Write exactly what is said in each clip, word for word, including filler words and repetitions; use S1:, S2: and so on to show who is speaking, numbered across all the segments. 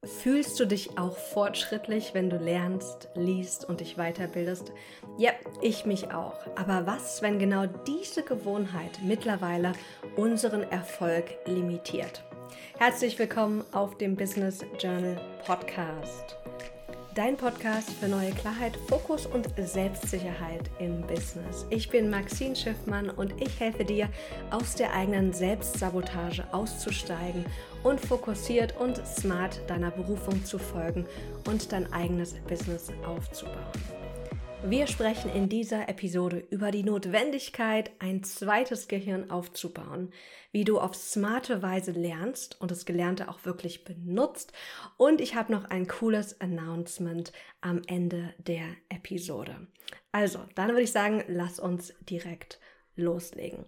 S1: Fühlst du dich auch fortschrittlich, wenn du lernst, liest und dich weiterbildest? Ja, ich mich auch. Aber was, wenn genau diese Gewohnheit mittlerweile unseren Erfolg limitiert? Herzlich willkommen auf dem Business Journal Podcast. Dein Podcast für neue Klarheit, Fokus und Selbstsicherheit im Business. Ich bin Maxine Schiffmann und ich helfe dir, aus der eigenen Selbstsabotage auszusteigen und fokussiert und smart deiner Berufung zu folgen und dein eigenes Business aufzubauen. Wir sprechen in dieser Episode über die Notwendigkeit, ein zweites Gehirn aufzubauen, wie du auf smarte Weise lernst und das Gelernte auch wirklich benutzt. Und ich habe noch ein cooles Announcement am Ende der Episode. Also, dann würde ich sagen, lass uns direkt loslegen.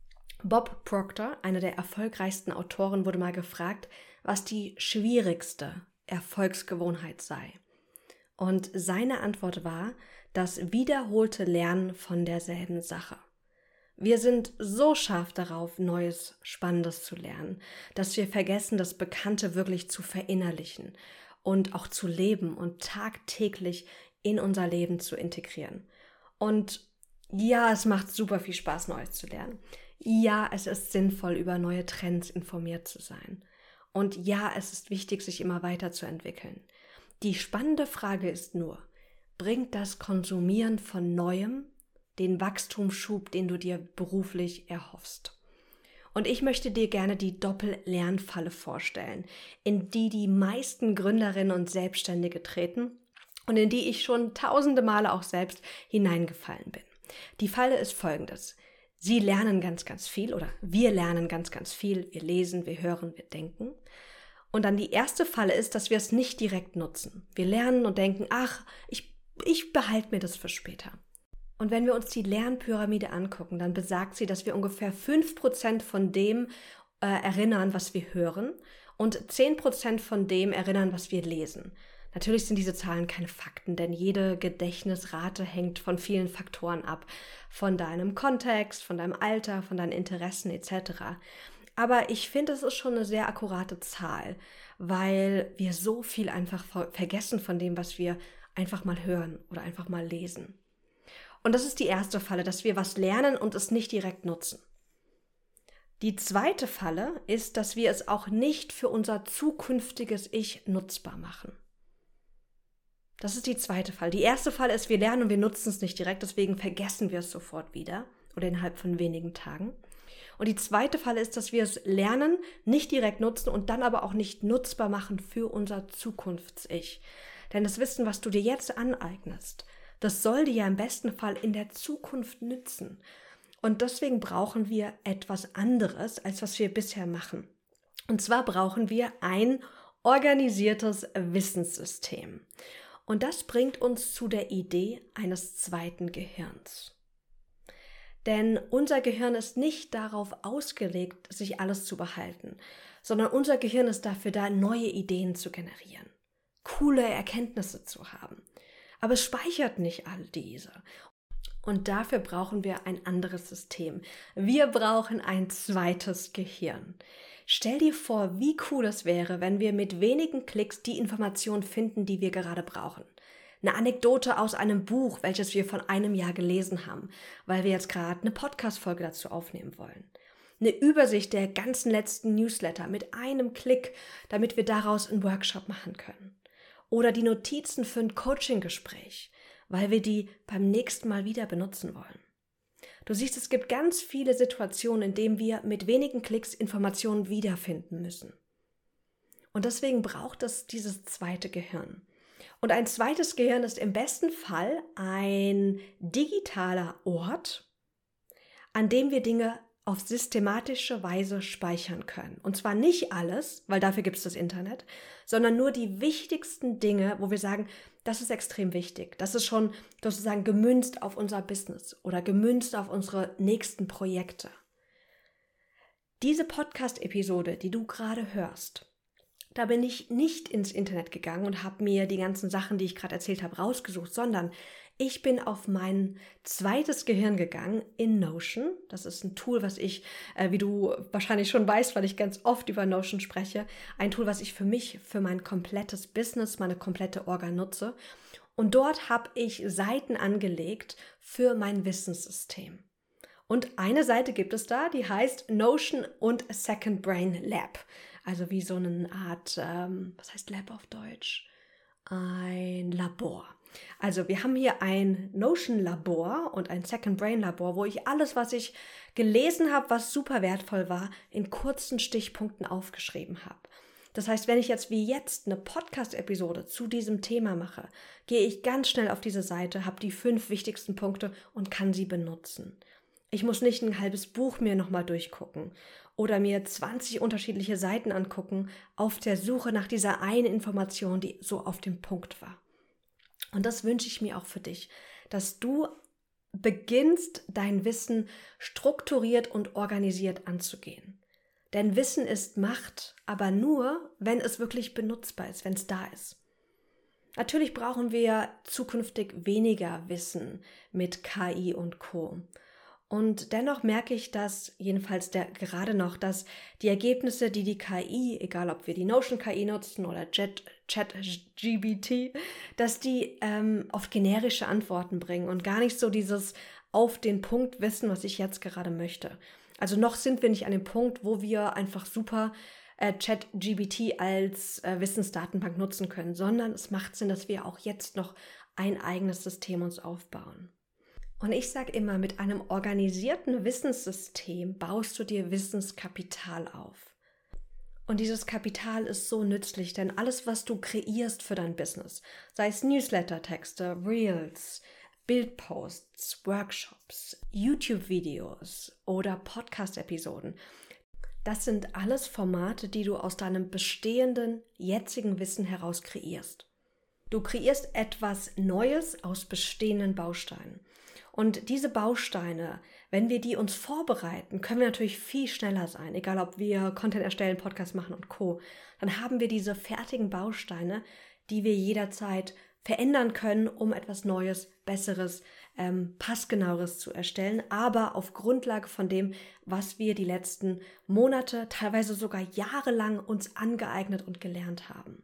S1: Bob Proctor, einer der erfolgreichsten Autoren, wurde mal gefragt, was die schwierigste Erfolgsgewohnheit sei. Und seine Antwort war, das wiederholte Lernen von derselben Sache. Wir sind so scharf darauf, Neues, Spannendes zu lernen, dass wir vergessen, das Bekannte wirklich zu verinnerlichen und auch zu leben und tagtäglich in unser Leben zu integrieren. Und ja, es macht super viel Spaß, Neues zu lernen. Ja, es ist sinnvoll, über neue Trends informiert zu sein. Und ja, es ist wichtig, sich immer weiterzuentwickeln. Die spannende Frage ist nur, bringt das Konsumieren von Neuem den Wachstumsschub, den du dir beruflich erhoffst? Und ich möchte dir gerne die Doppel-Lernfalle vorstellen, in die die meisten Gründerinnen und Selbstständige treten und in die ich schon tausende Male auch selbst hineingefallen bin. Die Falle ist folgendes. Sie lernen ganz, ganz viel oder wir lernen ganz, ganz viel. Wir lesen, wir hören, wir denken. Und dann die erste Falle ist, dass wir es nicht direkt nutzen. Wir lernen und denken, ach, ich, ich behalte mir das für später. Und wenn wir uns die Lernpyramide angucken, dann besagt sie, dass wir ungefähr fünf Prozent von dem äh, erinnern, was wir hören und zehn Prozent von dem erinnern, was wir lesen. Natürlich sind diese Zahlen keine Fakten, denn jede Gedächtnisrate hängt von vielen Faktoren ab. Von deinem Kontext, von deinem Alter, von deinen Interessen et cetera. Aber ich finde, es ist schon eine sehr akkurate Zahl, weil wir so viel einfach vergessen von dem, was wir einfach mal hören oder einfach mal lesen. Und das ist die erste Falle, dass wir was lernen und es nicht direkt nutzen. Die zweite Falle ist, dass wir es auch nicht für unser zukünftiges Ich nutzbar machen. Das ist die zweite Falle. Die erste Falle ist, wir lernen und wir nutzen es nicht direkt, deswegen vergessen wir es sofort wieder oder innerhalb von wenigen Tagen. Und die zweite Falle ist, dass wir es lernen, nicht direkt nutzen und dann aber auch nicht nutzbar machen für unser Zukunfts-Ich. Denn das Wissen, was du dir jetzt aneignest, das soll dir ja im besten Fall in der Zukunft nützen. Und deswegen brauchen wir etwas anderes, als was wir bisher machen. Und zwar brauchen wir ein organisiertes Wissenssystem. Und das bringt uns zu der Idee eines zweiten Gehirns. Denn unser Gehirn ist nicht darauf ausgelegt, sich alles zu behalten, sondern unser Gehirn ist dafür da, neue Ideen zu generieren, coole Erkenntnisse zu haben. Aber es speichert nicht all diese. Und dafür brauchen wir ein anderes System. Wir brauchen ein zweites Gehirn. Stell dir vor, wie cool es wäre, wenn wir mit wenigen Klicks die Informationen finden, die wir gerade brauchen. Eine Anekdote aus einem Buch, welches wir von einem Jahr gelesen haben, weil wir jetzt gerade eine Podcast-Folge dazu aufnehmen wollen. Eine Übersicht der ganzen letzten Newsletter mit einem Klick, damit wir daraus einen Workshop machen können. Oder die Notizen für ein Coaching-Gespräch, weil wir die beim nächsten Mal wieder benutzen wollen. Du siehst, es gibt ganz viele Situationen, in denen wir mit wenigen Klicks Informationen wiederfinden müssen. Und deswegen braucht es dieses zweite Gehirn. Und ein zweites Gehirn ist im besten Fall ein digitaler Ort, an dem wir Dinge auf systematische Weise speichern können. Und zwar nicht alles, weil dafür gibt es das Internet, sondern nur die wichtigsten Dinge, wo wir sagen, das ist extrem wichtig. Das ist schon sozusagen gemünzt auf unser Business oder gemünzt auf unsere nächsten Projekte. Diese Podcast-Episode, die du gerade hörst, Da bin ich nicht ins Internet gegangen und habe mir die ganzen Sachen, die ich gerade erzählt habe, rausgesucht, sondern ich bin auf mein zweites Gehirn gegangen in Notion. Das ist ein Tool, was ich, äh, wie du wahrscheinlich schon weißt, weil ich ganz oft über Notion spreche, ein Tool, was ich für mich, für mein komplettes Business, meine komplette Orga nutze. Und dort habe ich Seiten angelegt für mein Wissenssystem. Und eine Seite gibt es da, die heißt Notion und Second Brain Lab. Also wie so eine Art, ähm, was heißt Lab auf Deutsch? Ein Labor. Also wir haben hier ein Notion-Labor und ein Second Brain-Labor, wo ich alles, was ich gelesen habe, was super wertvoll war, in kurzen Stichpunkten aufgeschrieben habe. Das heißt, wenn ich jetzt wie jetzt eine Podcast-Episode zu diesem Thema mache, gehe ich ganz schnell auf diese Seite, habe die fünf wichtigsten Punkte und kann sie benutzen. Ich muss nicht ein halbes Buch mir nochmal durchgucken oder mir zwanzig unterschiedliche Seiten angucken auf der Suche nach dieser einen Information, die so auf dem Punkt war. Und das wünsche ich mir auch für dich, dass du beginnst, dein Wissen strukturiert und organisiert anzugehen. Denn Wissen ist Macht, aber nur, wenn es wirklich benutzbar ist, wenn es da ist. Natürlich brauchen wir zukünftig weniger Wissen mit K I und Co. Und dennoch merke ich, dass, jedenfalls der, gerade noch, dass die Ergebnisse, die die K I, egal ob wir die Notion-K I nutzen oder ChatGPT, dass die ähm, oft generische Antworten bringen und gar nicht so dieses auf den Punkt Wissen, was ich jetzt gerade möchte. Also noch sind wir nicht an dem Punkt, wo wir einfach super äh, ChatGPT als äh, Wissensdatenbank nutzen können, sondern es macht Sinn, dass wir auch jetzt noch ein eigenes System uns aufbauen. Und ich sage immer, mit einem organisierten Wissenssystem baust du dir Wissenskapital auf. Und dieses Kapital ist so nützlich, denn alles, was du kreierst für dein Business, sei es Newsletter-Texte, Reels, Bildposts, Workshops, YouTube-Videos oder Podcast-Episoden, das sind alles Formate, die du aus deinem bestehenden, jetzigen Wissen heraus kreierst. Du kreierst etwas Neues aus bestehenden Bausteinen. Und diese Bausteine, wenn wir die uns vorbereiten, können wir natürlich viel schneller sein, egal ob wir Content erstellen, Podcast machen und Co. Dann haben wir diese fertigen Bausteine, die wir jederzeit verändern können, um etwas Neues, Besseres, ähm, Passgenaueres zu erstellen, aber auf Grundlage von dem, was wir die letzten Monate, teilweise sogar jahrelang uns angeeignet und gelernt haben.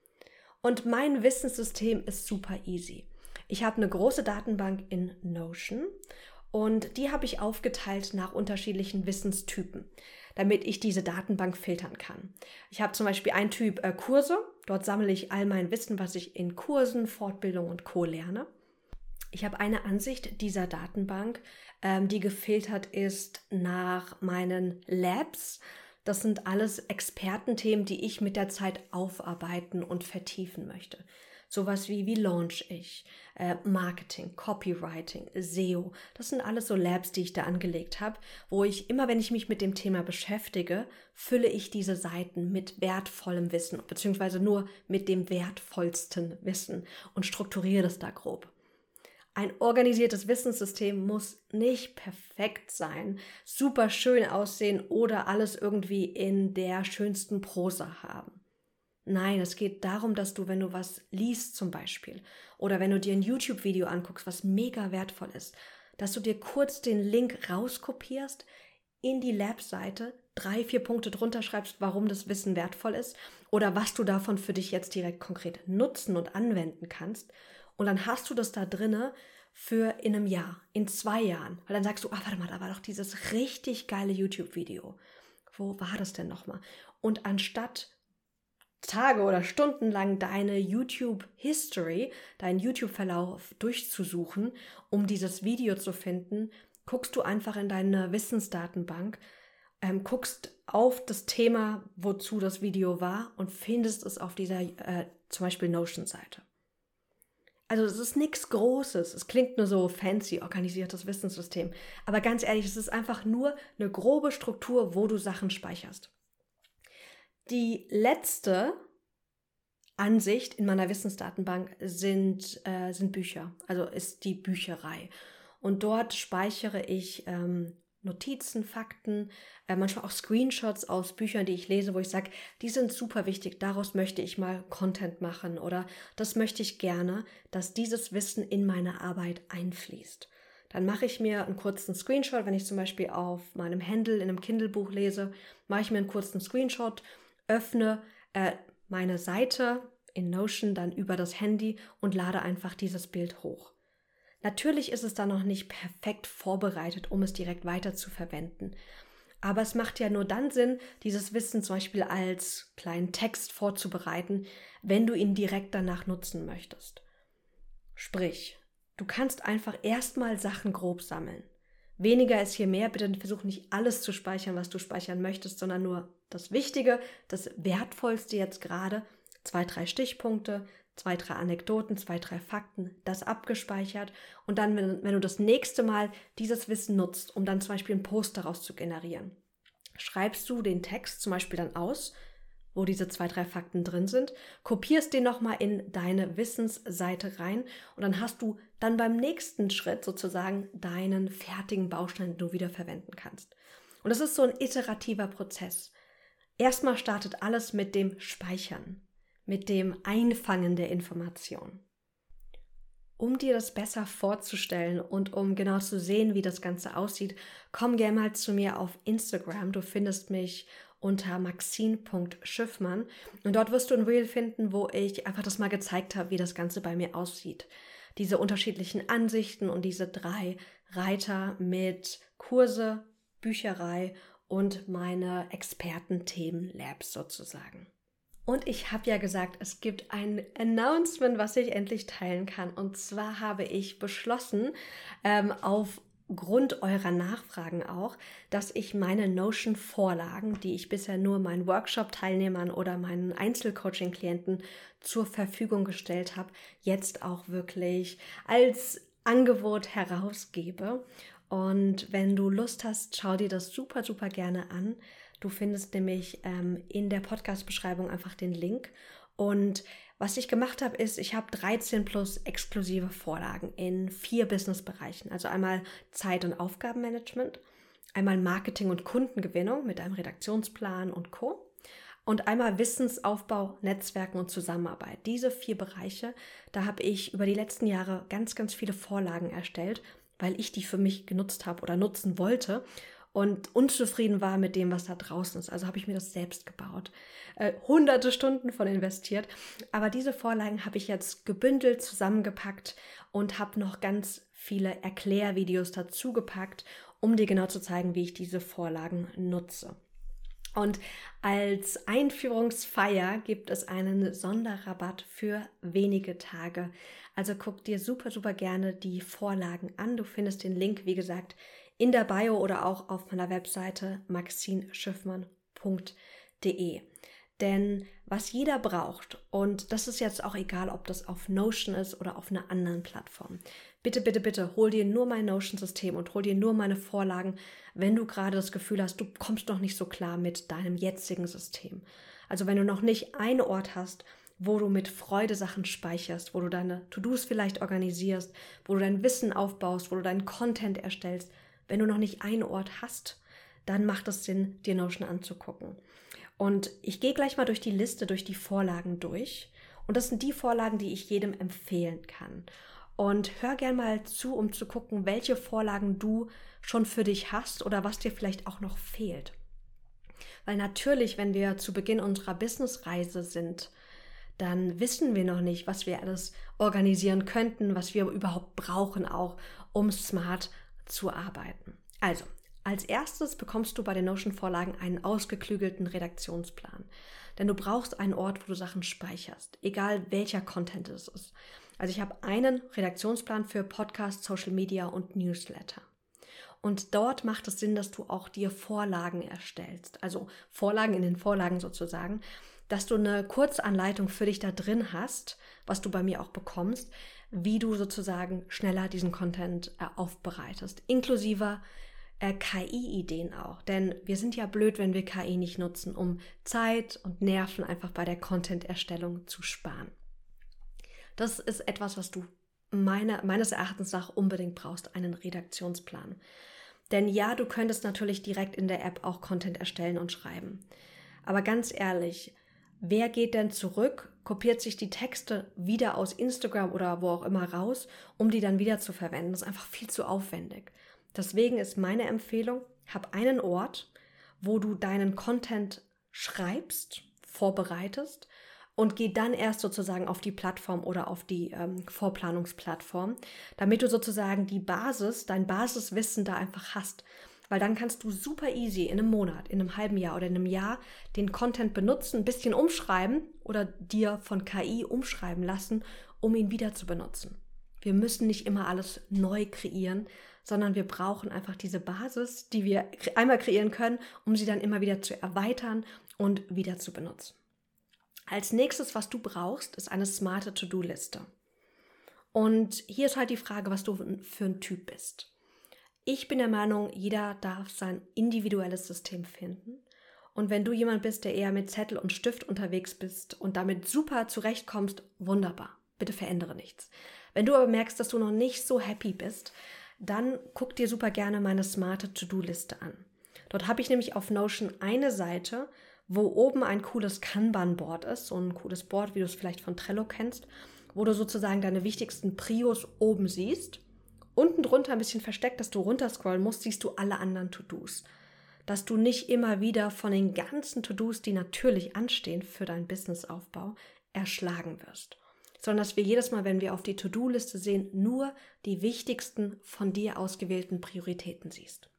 S1: Und mein Wissenssystem ist super easy. Ich habe eine große Datenbank in Notion und die habe ich aufgeteilt nach unterschiedlichen Wissenstypen, damit ich diese Datenbank filtern kann. Ich habe zum Beispiel einen Typ äh, Kurse, dort sammle ich all mein Wissen, was ich in Kursen, Fortbildung und Co. lerne. Ich habe eine Ansicht dieser Datenbank, ähm, die gefiltert ist nach meinen Labs. Das sind alles Expertenthemen, die ich mit der Zeit aufarbeiten und vertiefen möchte. Sowas wie, wie launch ich, äh, Marketing, Copywriting, S E O. Das sind alles so Labs, die ich da angelegt habe, wo ich immer, wenn ich mich mit dem Thema beschäftige, fülle ich diese Seiten mit wertvollem Wissen, beziehungsweise nur mit dem wertvollsten Wissen und strukturiere das da grob. Ein organisiertes Wissenssystem muss nicht perfekt sein, super schön aussehen oder alles irgendwie in der schönsten Prosa haben. Nein, es geht darum, dass du, wenn du was liest zum Beispiel oder wenn du dir ein YouTube-Video anguckst, was mega wertvoll ist, dass du dir kurz den Link rauskopierst, in die Lab-Seite, drei, vier Punkte drunter schreibst, warum das Wissen wertvoll ist oder was du davon für dich jetzt direkt konkret nutzen und anwenden kannst. Und dann hast du das da drinne für in einem Jahr, in zwei Jahren. Weil dann sagst du, ah, warte mal, da war doch dieses richtig geile YouTube-Video. Wo war das denn nochmal? Und anstatt Tage oder Stunden lang deine YouTube-History, deinen YouTube-Verlauf durchzusuchen, um dieses Video zu finden, guckst du einfach in deine Wissensdatenbank, ähm, guckst auf das Thema, wozu das Video war und findest es auf dieser äh, zum Beispiel Notion-Seite. Also es ist nichts Großes, es klingt nur so fancy, organisiertes Wissenssystem, aber ganz ehrlich, es ist einfach nur eine grobe Struktur, wo du Sachen speicherst. Die letzte Ansicht in meiner Wissensdatenbank sind, äh, sind Bücher, also ist die Bücherei. Und dort speichere ich ähm, Notizen, Fakten, äh, manchmal auch Screenshots aus Büchern, die ich lese, wo ich sage, die sind super wichtig, daraus möchte ich mal Content machen oder das möchte ich gerne, dass dieses Wissen in meine Arbeit einfließt. Dann mache ich mir einen kurzen Screenshot, wenn ich zum Beispiel auf meinem Handle in einem Kindle-Buch lese, mache ich mir einen kurzen Screenshot, öffne äh, meine Seite in Notion dann über das Handy und lade einfach dieses Bild hoch. Natürlich ist es dann noch nicht perfekt vorbereitet, um es direkt weiter zu verwenden. Aber es macht ja nur dann Sinn, dieses Wissen zum Beispiel als kleinen Text vorzubereiten, wenn du ihn direkt danach nutzen möchtest. Sprich, du kannst einfach erstmal Sachen grob sammeln. Weniger ist hier mehr, bitte versuch nicht alles zu speichern, was du speichern möchtest, sondern nur das Wichtige, das Wertvollste jetzt gerade, zwei, drei Stichpunkte, zwei, drei Anekdoten, zwei, drei Fakten, das abgespeichert und dann, wenn, wenn du das nächste Mal dieses Wissen nutzt, um dann zum Beispiel einen Post daraus zu generieren, schreibst du den Text zum Beispiel dann aus, wo diese zwei, drei Fakten drin sind, kopierst den nochmal in deine Wissensseite rein und dann hast du dann beim nächsten Schritt sozusagen deinen fertigen Baustein, den du wieder verwenden kannst. Und das ist so ein iterativer Prozess. Erstmal startet alles mit dem Speichern, mit dem Einfangen der Information. Um dir das besser vorzustellen und um genau zu sehen, wie das Ganze aussieht, komm gerne mal zu mir auf Instagram. Du findest mich unter maxine punkt schiffmann und dort wirst du ein Reel finden, wo ich einfach das mal gezeigt habe, wie das Ganze bei mir aussieht. Diese unterschiedlichen Ansichten und diese drei Reiter mit Kurse, Bücherei und meine Expertenthemen-Labs sozusagen. Und ich habe ja gesagt, es gibt ein Announcement, was ich endlich teilen kann. Und zwar habe ich beschlossen, ähm, aufgrund eurer Nachfragen auch, dass ich meine Notion-Vorlagen, die ich bisher nur meinen Workshop-Teilnehmern oder meinen Einzelcoaching-Klienten zur Verfügung gestellt habe, jetzt auch wirklich als Angebot herausgebe. Und wenn du Lust hast, schau dir das super, super gerne an. Du findest nämlich ähm, in der Podcast-Beschreibung einfach den Link. Und was ich gemacht habe, ist, ich habe dreizehn plus exklusive Vorlagen in vier Businessbereichen. Also einmal Zeit- und Aufgabenmanagement, einmal Marketing und Kundengewinnung mit einem Redaktionsplan und Co. Und einmal Wissensaufbau, Netzwerken und Zusammenarbeit. Diese vier Bereiche, da habe ich über die letzten Jahre ganz, ganz viele Vorlagen erstellt, weil ich die für mich genutzt habe oder nutzen wollte und unzufrieden war mit dem, was da draußen ist. Also habe ich mir das selbst gebaut. Äh, hunderte Stunden von investiert. Aber diese Vorlagen habe ich jetzt gebündelt, zusammengepackt und habe noch ganz viele Erklärvideos dazu gepackt, um dir genau zu zeigen, wie ich diese Vorlagen nutze. Und als Einführungsfeier gibt es einen Sonderrabatt für wenige Tage. Also guck dir super, super gerne die Vorlagen an. Du findest den Link, wie gesagt, in der Bio oder auch auf meiner Webseite maxine schiffmann punkt de. Denn was jeder braucht, und das ist jetzt auch egal, ob das auf Notion ist oder auf einer anderen Plattform, bitte, bitte, bitte, hol dir nur mein Notion-System und hol dir nur meine Vorlagen, wenn du gerade das Gefühl hast, du kommst noch nicht so klar mit deinem jetzigen System. Also wenn du noch nicht einen Ort hast, wo du mit Freude Sachen speicherst, wo du deine To-Dos vielleicht organisierst, wo du dein Wissen aufbaust, wo du deinen Content erstellst, wenn du noch nicht einen Ort hast, dann macht es Sinn, dir Notion anzugucken. Und ich gehe gleich mal durch die Liste, durch die Vorlagen durch. Und das sind die Vorlagen, die ich jedem empfehlen kann. Und hör gern mal zu, um zu gucken, welche Vorlagen du schon für dich hast oder was dir vielleicht auch noch fehlt. Weil natürlich, wenn wir zu Beginn unserer Businessreise sind, dann wissen wir noch nicht, was wir alles organisieren könnten, was wir überhaupt brauchen auch, um smart zu arbeiten. Also, als erstes bekommst du bei den Notion-Vorlagen einen ausgeklügelten Redaktionsplan. Denn du brauchst einen Ort, wo du Sachen speicherst, egal welcher Content es ist. Also ich habe einen Redaktionsplan für Podcast, Social Media und Newsletter. Und dort macht es Sinn, dass du auch dir Vorlagen erstellst, also Vorlagen in den Vorlagen sozusagen, dass du eine Kurzanleitung für dich da drin hast, was du bei mir auch bekommst, wie du sozusagen schneller diesen Content äh, aufbereitest, inklusive äh, K I-Ideen auch. Denn wir sind ja blöd, wenn wir K I nicht nutzen, um Zeit und Nerven einfach bei der Content-Erstellung zu sparen. Das ist etwas, was du meine, meines Erachtens nach unbedingt brauchst, einen Redaktionsplan. Denn ja, du könntest natürlich direkt in der App auch Content erstellen und schreiben. Aber ganz ehrlich, wer geht denn zurück, kopiert sich die Texte wieder aus Instagram oder wo auch immer raus, um die dann wieder zu verwenden? Das ist einfach viel zu aufwendig. Deswegen ist meine Empfehlung, hab einen Ort, wo du deinen Content schreibst, vorbereitest und geh dann erst sozusagen auf die Plattform oder auf die ähm, Vorplanungsplattform, damit du sozusagen die Basis, dein Basiswissen da einfach hast. Weil dann kannst du super easy in einem Monat, in einem halben Jahr oder in einem Jahr den Content benutzen, ein bisschen umschreiben oder dir von K I umschreiben lassen, um ihn wieder zu benutzen. Wir müssen nicht immer alles neu kreieren, sondern wir brauchen einfach diese Basis, die wir einmal kreieren können, um sie dann immer wieder zu erweitern und wieder zu benutzen. Als nächstes, was du brauchst, ist eine smarte To-Do-Liste. Und hier ist halt die Frage, was du für ein Typ bist. Ich bin der Meinung, jeder darf sein individuelles System finden. Und wenn du jemand bist, der eher mit Zettel und Stift unterwegs bist und damit super zurechtkommst, wunderbar. Bitte verändere nichts. Wenn du aber merkst, dass du noch nicht so happy bist, dann guck dir super gerne meine smarte To-Do-Liste an. Dort habe ich nämlich auf Notion eine Seite, wo oben ein cooles Kanban-Board ist, so ein cooles Board, wie du es vielleicht von Trello kennst, wo du sozusagen deine wichtigsten Prios oben siehst. Unten drunter ein bisschen versteckt, dass du runterscrollen musst, siehst du alle anderen To-Dos. Dass du nicht immer wieder von den ganzen To-Dos, die natürlich anstehen für deinen Businessaufbau, erschlagen wirst. Sondern dass wir jedes Mal, wenn wir auf die To-Do-Liste sehen, nur die wichtigsten von dir ausgewählten Prioritäten siehst.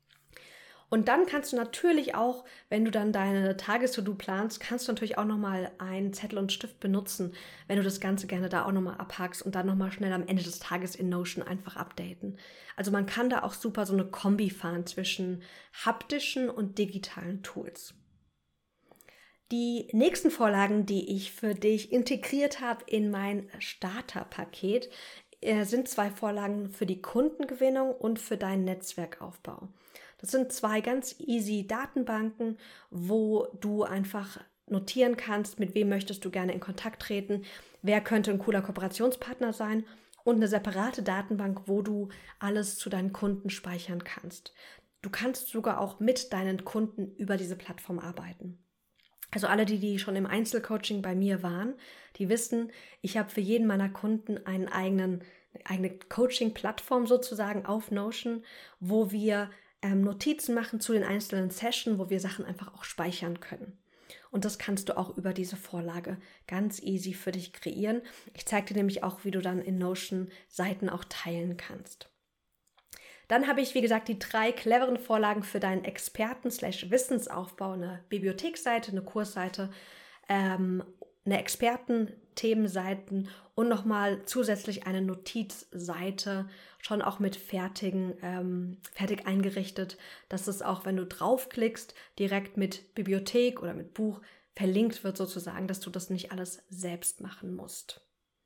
S1: Und dann kannst du natürlich auch, wenn du dann deine Tages-To-Do planst, kannst du natürlich auch nochmal einen Zettel und Stift benutzen, wenn du das Ganze gerne da auch nochmal abhakst und dann nochmal schnell am Ende des Tages in Notion einfach updaten. Also man kann da auch super so eine Kombi fahren zwischen haptischen und digitalen Tools. Die nächsten Vorlagen, die ich für dich integriert habe in mein Starterpaket, sind zwei Vorlagen für die Kundengewinnung und für deinen Netzwerkaufbau. Das sind zwei ganz easy Datenbanken, wo du einfach notieren kannst, mit wem möchtest du gerne in Kontakt treten, wer könnte ein cooler Kooperationspartner sein und eine separate Datenbank, wo du alles zu deinen Kunden speichern kannst. Du kannst sogar auch mit deinen Kunden über diese Plattform arbeiten. Also alle, die, die schon im Einzelcoaching bei mir waren, die wissen, ich habe für jeden meiner Kunden einen eigenen, eine eigene Coaching-Plattform sozusagen auf Notion, wo wir ähm, Notizen machen zu den einzelnen Sessions, wo wir Sachen einfach auch speichern können. Und das kannst du auch über diese Vorlage ganz easy für dich kreieren. Ich zeige dir nämlich auch, wie du dann in Notion Seiten auch teilen kannst. Dann habe ich, wie gesagt, die drei cleveren Vorlagen für deinen Experten-Wissenssaufbau, eine Bibliotheksseite, eine Kursseite, ähm, eine Experten-Themenseiten und nochmal zusätzlich eine Notizseite, schon auch mit fertigen, ähm, fertig eingerichtet, dass es auch, wenn du draufklickst, direkt mit Bibliothek oder mit Buch verlinkt wird sozusagen, dass du das nicht alles selbst machen musst.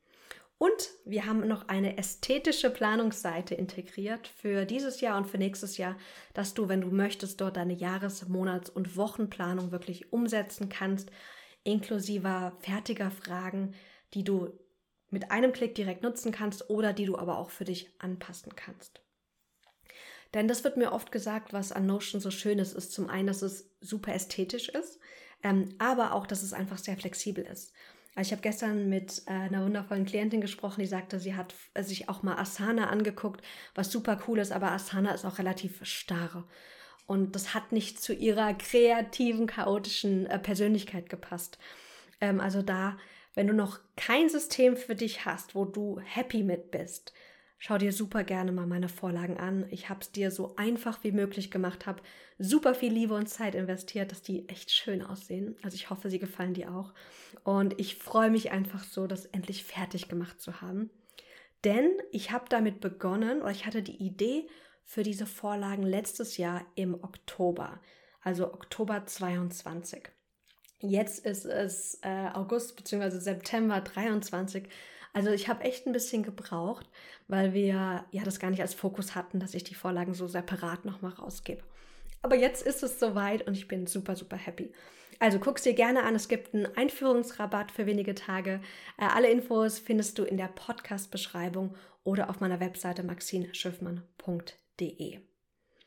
S1: Und wir haben noch eine ästhetische Planungsseite integriert für dieses Jahr und für nächstes Jahr, dass du, wenn du möchtest, dort deine Jahres-, Monats- und Wochenplanung wirklich umsetzen kannst, inklusive fertiger Fragen, die du mit einem Klick direkt nutzen kannst oder die du aber auch für dich anpassen kannst. Denn das wird mir oft gesagt, was an Notion so schön ist, ist zum einen, dass es super ästhetisch ist, ähm, aber auch, dass es einfach sehr flexibel ist. Ich habe gestern mit äh, einer wundervollen Klientin gesprochen, die sagte, sie hat äh, sich auch mal Asana angeguckt, was super cool ist, aber Asana ist auch relativ starr. Und das hat nicht zu ihrer kreativen, chaotischen äh, Persönlichkeit gepasst. Ähm, also da, wenn du noch kein System für dich hast, wo du happy mit bist, schau dir super gerne mal meine Vorlagen an. Ich habe es dir so einfach wie möglich gemacht, habe super viel Liebe und Zeit investiert, dass die echt schön aussehen. Also ich hoffe, sie gefallen dir auch. Und ich freue mich einfach so, das endlich fertig gemacht zu haben. Denn ich habe damit begonnen, oder ich hatte die Idee für diese Vorlagen letztes Jahr im Oktober, also Oktober zweiundzwanzig. Jetzt ist es äh, August bzw. September dreiundzwanzig. Also ich habe echt ein bisschen gebraucht, weil wir ja das gar nicht als Fokus hatten, dass ich die Vorlagen so separat nochmal rausgebe. Aber jetzt ist es soweit und ich bin super, super happy. Also guck es dir gerne an. Es gibt einen Einführungsrabatt für wenige Tage. Äh, alle Infos findest du in der Podcast-Beschreibung oder auf meiner Webseite maxine schiffmann punkt de.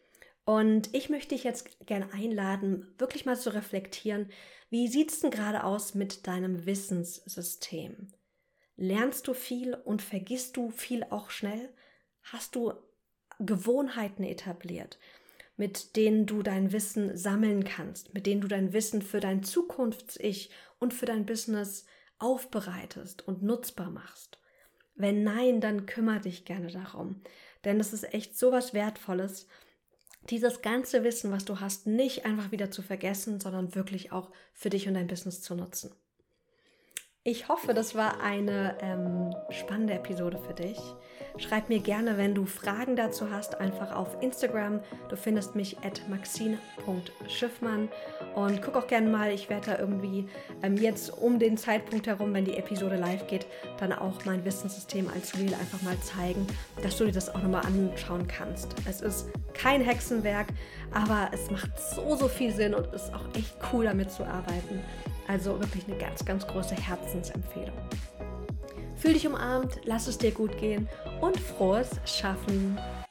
S1: Und ich möchte dich jetzt gerne einladen, wirklich mal zu reflektieren, wie sieht es denn gerade aus mit deinem Wissenssystem? Lernst du viel und vergisst du viel auch schnell? Hast du Gewohnheiten etabliert, mit denen du dein Wissen sammeln kannst, mit denen du dein Wissen für dein Zukunfts-Ich und für dein Business aufbereitest und nutzbar machst? Wenn nein, dann kümmere dich gerne darum, denn es ist echt so was Wertvolles, dieses ganze Wissen, was du hast, nicht einfach wieder zu vergessen, sondern wirklich auch für dich und dein Business zu nutzen. Ich hoffe, das war eine ähm, spannende Episode für dich. Schreib mir gerne, wenn du Fragen dazu hast, einfach auf Instagram. Du findest mich at maxine punkt schiffmann und guck auch gerne mal, ich werde da irgendwie ähm, jetzt um den Zeitpunkt herum, wenn die Episode live geht, dann auch mein Wissenssystem als Reel einfach mal zeigen, dass du dir das auch nochmal anschauen kannst. Es ist kein Hexenwerk, aber es macht so, so viel Sinn und ist auch echt cool, damit zu arbeiten. Also wirklich eine ganz, ganz große Herzensempfehlung. Fühl dich umarmt, lass es dir gut gehen und frohes Schaffen.